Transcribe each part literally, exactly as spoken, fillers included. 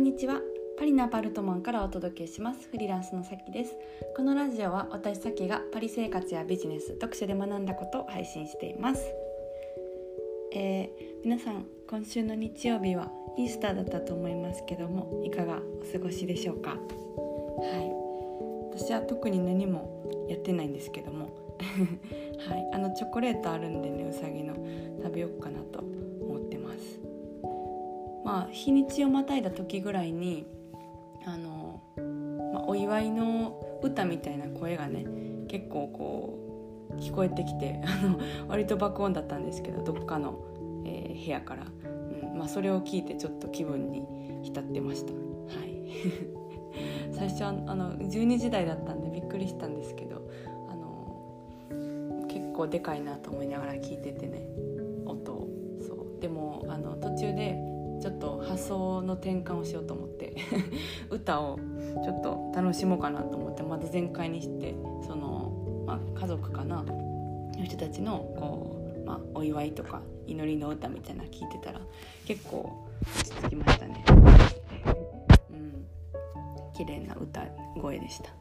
にちは。パリのアパルトマンからお届けします。フリーランスのさきです。このラジオは私さきがパリ生活やビジネス、読書で学んだことを配信しています。えー、皆さん、今週の日曜日はイースターだったと思いますけども、いかがお過ごしでしょうか。はい、私は特に何もやってないんですけどもはい、あのチョコレートあるんでね、うさぎの食べようかなと思ってます。まあ、日にちをまたいだ時ぐらいにあの、まあ、お祝いの歌みたいな声がね結構こう聞こえてきてあの割と爆音だったんですけど、どっかの、えー、部屋から、うんまあ、それを聞いてちょっと気分に浸ってました。はい最初はあのじゅうにじ台だったんでびっくりしたんですけど、あの結構でかいなと思いながら聞いててね、音を。そうでもあの途中でちょっと発想の転換をしようと思って歌をちょっと楽しもうかなと思ってまた全開にして、その、まあ、家族かなの人たちのこう、まあ、お祝いとか祈りの歌みたいなの聞いてたら結構落ち着きましたね。うん、綺麗な歌声でした。はい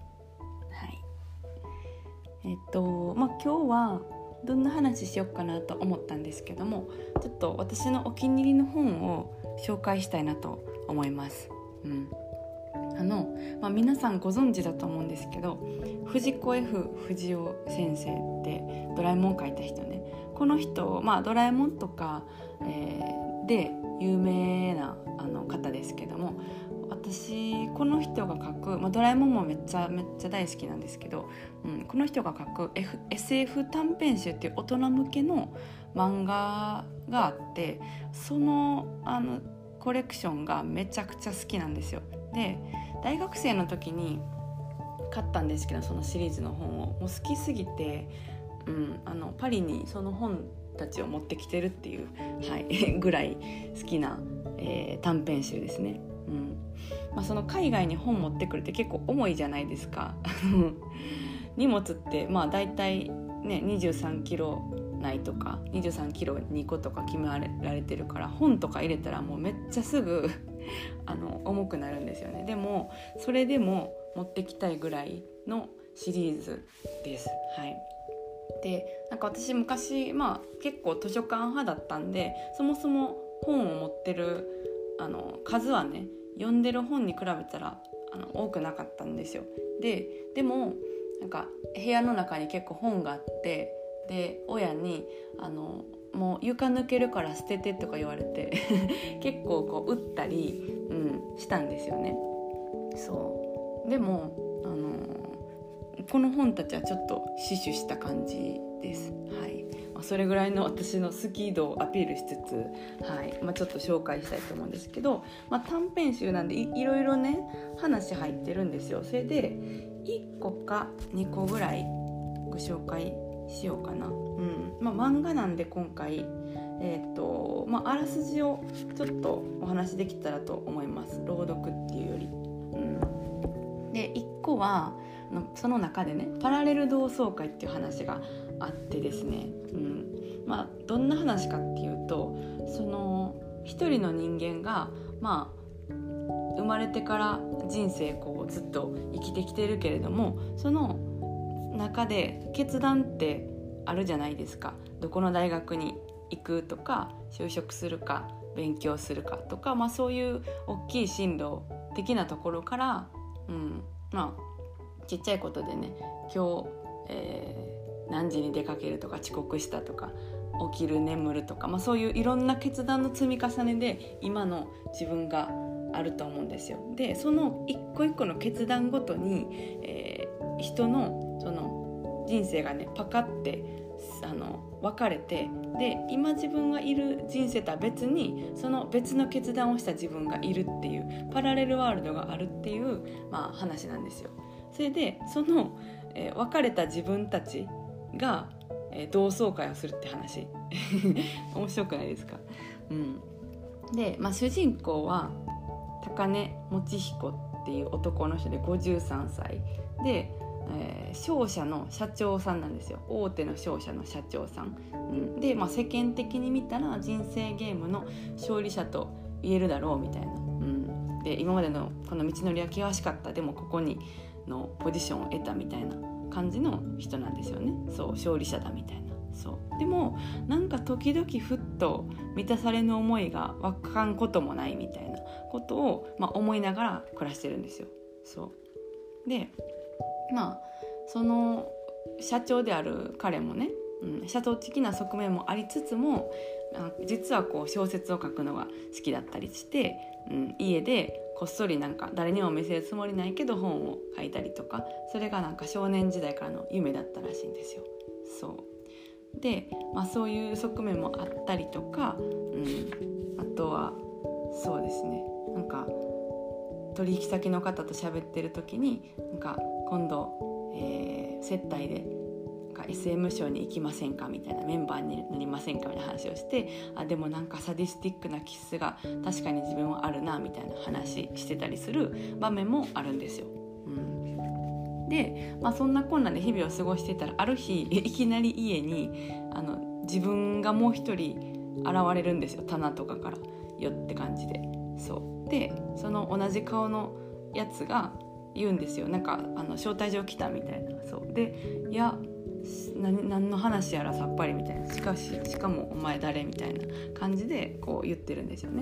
。えっとまあ今日はどんな話しようかなと思ったんですけども、ちょっと私のお気に入りの本を紹介したいなと思います。うんあのまあ、皆さんご存知だと思うんですけど、藤子 F 不二雄先生ってドラえもん書いた人ね。この人、まあ、ドラえもんとか、えー、で有名なあの方ですけども、私この人が書く、まあ、ドラえもんもめっちゃめっちゃ大好きなんですけど、うん、この人が書く、F、エスエフ 短編集っていう大人向けの漫画があって、その、あのコレクションがめちゃくちゃ好きなんですよ。で大学生の時に買ったんですけど、そのシリーズの本をもう好きすぎて、うん、あのパリにその本たちを持ってきてるっていう、はい、ぐらい好きな、えー、短編集ですね。うんまあ、その海外に本持ってくるって結構重いじゃないですか荷物ってまあだいたいねにじゅうさんキロないとかにじゅうさんキロにことか決められてるから、本とか入れたらもうめっちゃすぐあの重くなるんですよね。でもそれでも持ってきたいぐらいのシリーズです。はい。でなんか私昔、まあ、結構図書館派だったんで、そもそも本を持ってるあの数はね読んでる本に比べたらあの多くなかったんですよ。ででもなんか部屋の中に結構本があって、で親にあのもう床抜けるから捨ててとか言われて結構こう売ったり、うん、したんですよね。そうでも、あのー、この本たちはちょっと死守した感じです。はいまあ、それぐらいの私の好き度をアピールしつつ、はいまあ、ちょっと紹介したいと思うんですけど、まあ、短編集なんで い, いろいろね話入ってるんですよ。それでいっこかにこぐらいご紹介しようかな。うんまあ、漫画なんで今回、えーとまあ、あらすじをちょっとお話できたらと思います。朗読っていうより、うん、でいっこはその中でねパラレル同窓会っていう話があってですね、うんまあ、どんな話かっていうと、その一人の人間が、まあ、生まれてから人生こうずっと生きてきてるけれども、その中で決断ってあるじゃないですか。どこの大学に行くとか、就職するか勉強するかとか、まあ、そういう大きい進路的なところから、うんまあ、ちっちゃいことでね今日、えー、何時に出かけるとか遅刻したとか起きる眠るとか、まあ、そういういろんな決断の積み重ねで今の自分があると思うんですよ。でその一個一個の決断ごとに、えー、人のその人生がねパカってあの分かれて、で今自分がいる人生とは別にその別の決断をした自分がいるっていうパラレルワールドがあるっていう、まあ、話なんですよ。それでその、えー、別れた自分たちが、えー、同窓会をするって話面白くないですか。うん、で、まあ、主人公は高根もちひこっていう男の人でごじゅうさんさいで、えー、商社の社長さんなんですよ。大手の商社の社長さん、うん、で、まあ、世間的に見たら人生ゲームの勝利者と言えるだろうみたいな、うん、 で今までのこの道のりは険しかった、でもここにのポジションを得たみたいな感じの人なんですよね。そう勝利者だみたいな。そうでもなんか時々ふっと満たされぬ思いが湧かんこともないみたいなことを、まあ、思いながら暮らしてるんですよ。そうでまあその社長である彼もね、うん、社長的な側面もありつつも実はこう小説を書くのが好きだったりして、うん、家でこっそりなんか誰にも見せるつもりないけど本を書いたりとか、それがなんか少年時代からの夢だったらしいんですよ。そうで、まあ、そういう側面もあったりとか、うん、あとはそうですね、なんか取引先の方と喋ってる時になんか今度、えー、接待でエスエム ショーに行きませんかみたいな、メンバーになりませんかみたいな話をして、あでもなんかサディスティックな気質が確かに自分はあるなみたいな話してたりする場面もあるんですよ。うん、で、まあ、そんなこんなで日々を過ごしていたらある日いきなり家にあの自分がもう一人現れるんですよ。棚とかからよって感じで。そうでその同じ顔のやつが言うんですよ。なんかあの招待状来たみたいな。そうでいや何, 何の話やらさっぱりみたいな、しかししかもお前誰みたいな感じでこう言ってるんですよね。うん、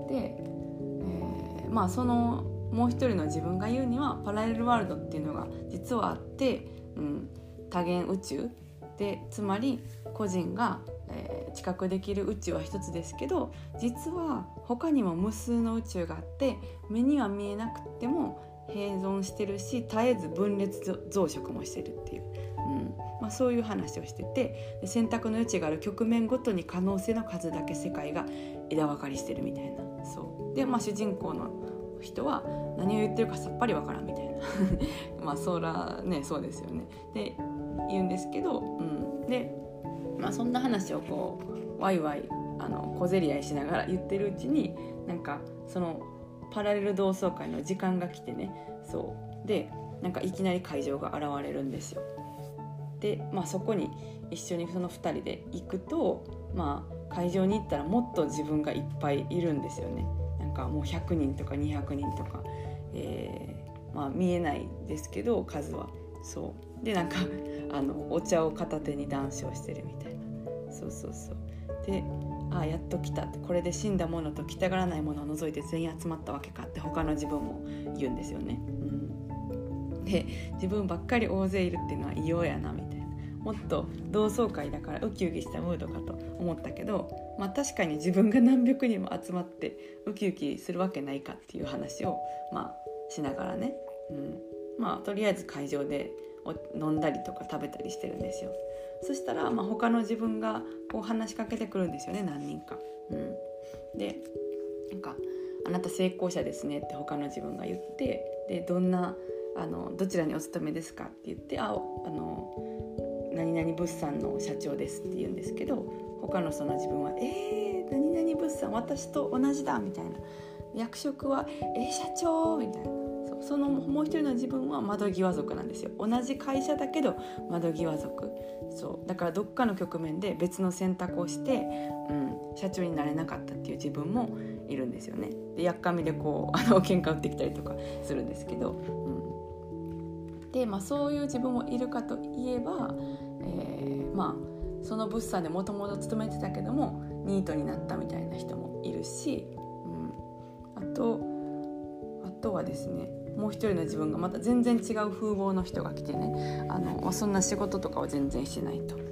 で、えー、まあそのもう一人の自分が言うにはパラレルワールドっていうのが実はあって、うん、多元宇宙で、つまり個人が、えー、知覚できる宇宙は一つですけど、実は他にも無数の宇宙があって目には見えなくても併存してるし、絶えず分裂増殖もしてるっていう、うんまあ、そういう話をしてて、で選択の余地がある局面ごとに可能性の数だけ世界が枝分かりしてるみたいな。そうで、まあ、主人公の人は何を言ってるかさっぱりわからんみたいなまあそらねそうですよねで言うんですけど、うん、で、まあ、そんな話をこうワイワイあの小競り合いしながら言ってるうちに、なんかそのパラレル同窓会の時間が来てね、そうでなんかいきなり会場が現れるんですよ。で、まあ、そこに一緒にそのふたりで行くと、まあ、会場に行ったらもっと自分がいっぱいいるんですよね。なんかもうひゃくにんとかにひゃくにんとか、えーまあ、見えないですけど数は。そうでなんかあのお茶を片手に談笑してるみたいな。そうそうそうで、ああやっと来たって、これで死んだものと来たがらないものを除いて全員集まったわけかって他の自分も言うんですよね。うん、で自分ばっかり大勢いるっていうのは異様やなみたいな、もっと同窓会だからウキウキしたムードかと思ったけど、まあ、確かに自分が何百人も集まってウキウキするわけないかっていう話を、まあ、しながらね、うんまあ、とりあえず会場で飲んだりとか食べたりしてるんですよ。そしたら、まあ、他の自分がこう話しかけてくるんですよね、何人か。うん、でなんかあなた成功者ですねって他の自分が言って、でどんなあのどちらにお勤めですかって言って、ああの何々物産の社長ですって言うんですけど、他のその自分はえー、何々物産私と同じだみたいな、役職はえー、社長みたいな。そのもう一人の自分は窓際族なんですよ。同じ会社だけど窓際族。そうだからどっかの局面で別の選択をして、うん、社長になれなかったっていう自分もいるんですよね。でやっかみでこうあの喧嘩売ってきたりとかするんですけど、うん、で、まあ、そういう自分もいるかといえば、えー、まあその物産でもともと勤めてたけどもニートになったみたいな人もいるし、うん、あとあとはですね、もう一人の自分がまた全然違う風貌の人が来てね、あのそんな仕事とかは全然してないと、うん、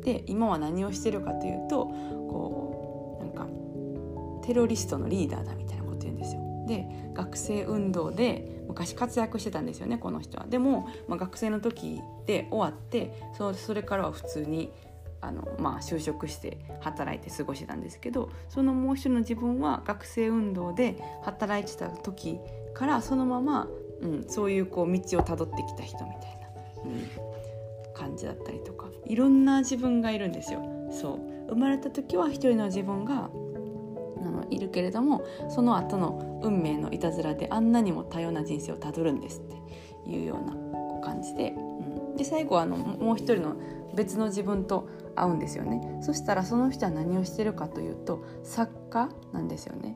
で今は何をしてるかというと、こうなんかテロリストのリーダーだみたいなこと言うんですよ。で学生運動で昔活躍してたんですよね、この人は。でも、まあ、学生の時で終わってそ, それからは普通にあの、まあ、就職して働いて過ごしてたんですけど、そのもう一人の自分は学生運動で働いてた時からそのまま、うん、そういうこう道をたどってきた人みたいな、うん、感じだったりとか、いろんな自分がいるんですよ。そう生まれた時は一人の自分があのいるけれども、その後の運命のいたずらであんなにも多様な人生をたどるんですっていうようなこう感じで、うん、で最後はあのもう一人の別の自分と会うんですよね。そしたらその人は何をしてるかというと作家なんですよね。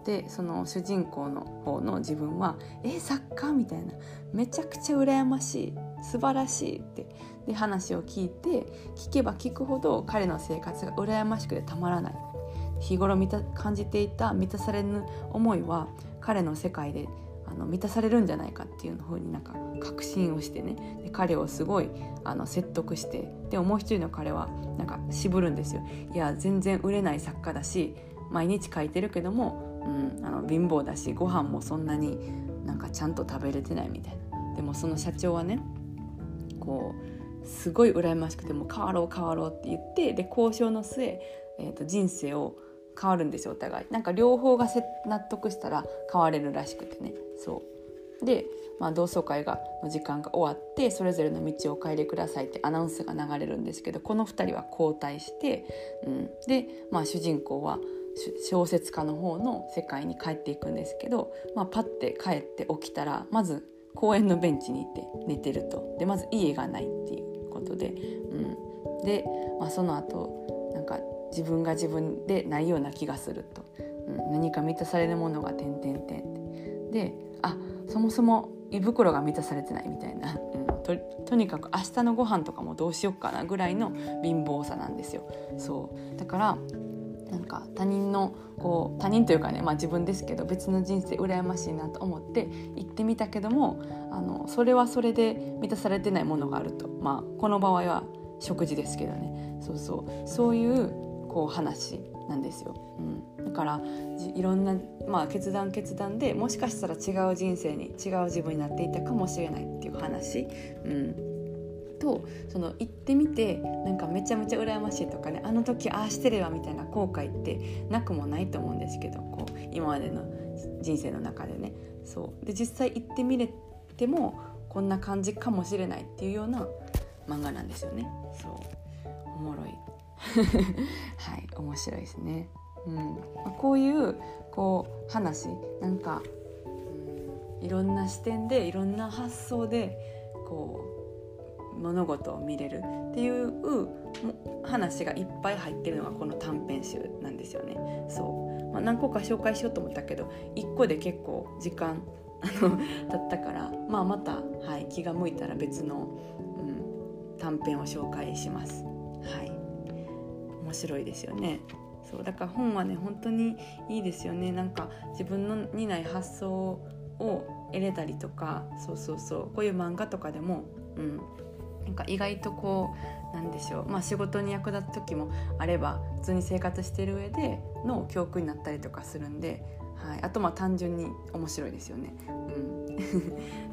でその主人公の方の自分はえ作家みたいな、めちゃくちゃ羨ましい、素晴らしいってで話を聞いて、聞けば聞くほど彼の生活が羨ましくてたまらない。日頃見た感じていた満たされぬ思いは彼の世界であの満たされるんじゃないかっていう風になんか確信をしてね、で彼をすごいあの説得して、でももう一人の彼はなんか渋るんですよ。いや全然売れない作家だし、毎日書いてるけども、うん、あの貧乏だし、ご飯もそんなになんかちゃんと食べれてないみたいな。でもその社長はね、こうすごい羨ましくても変わろう変わろうって言って、で交渉の末、えーと、人生を変わるんですよ、お互い。なんか両方が納得したら変われるらしくてね。そうで、まあ、同窓会がの時間が終わって、それぞれの道を変えてくださいってアナウンスが流れるんですけど、このふたりは交代して、うん、で、まあ、主人公は小説家の方の世界に帰っていくんですけど、まあ、パッて帰って起きたらまず公園のベンチにいて寝てると。でまず家がないっていうことで、うん、で、まあ、その後なんか自分が自分でないような気がすると、うん、何か満たされるものが点々点ってで、あ、そもそも胃袋が満たされてないみたいな、うん、と, とにかく明日のご飯とかもどうしよっかなぐらいの貧乏さなんですよ。そうだからなんか他人のこう他人というかね、まあ、自分ですけど別の人生羨ましいなと思って行ってみたけども、あのそれはそれで満たされてないものがあると、まあ、この場合は食事ですけどね、そうそうそういうこう話なんですよ、うん、だからいろんな、まあ、決断決断でもしかしたら違う人生に違う自分になっていたかもしれないっていう話、うんと、その行ってみてなんかめちゃめちゃ羨ましいとかね、あの時ああしてればみたいな後悔ってなくもないと思うんですけど、こう今までの人生の中でね、そうで実際行ってみれてもこんな感じかもしれないっていうような漫画なんですよね。そうおもろいはい面白いですね、うんまあ、こういうこう話なんか、うん、いろんな視点でいろんな発想でこう物事を見れるっていう話がいっぱい入ってるのがこの短編集なんですよね。そう、まあ、何個か紹介しようと思ったけどいっこで結構時間あの経ったから、まあ、また、はい、気が向いたら別の、うん、短編を紹介します。はい、面白いですよね。そうだから本はね本当にいいですよね。なんか自分のにない発想を得れたりとか、そうそうそうこういう漫画とかでも、うん、なんか意外とこうなんでしょう、まあ、仕事に役立つ時もあれば普通に生活してる上での教訓になったりとかするんで、はい、あとまあ単純に面白いですよね、うん、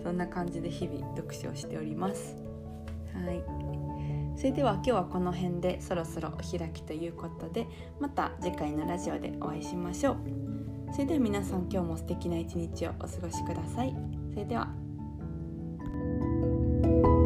そんな感じで日々読書をしております。はい、それでは今日はこの辺でそろそろお開きということで、また次回のラジオでお会いしましょう。それでは皆さん今日も素敵な一日をお過ごしください。それでは。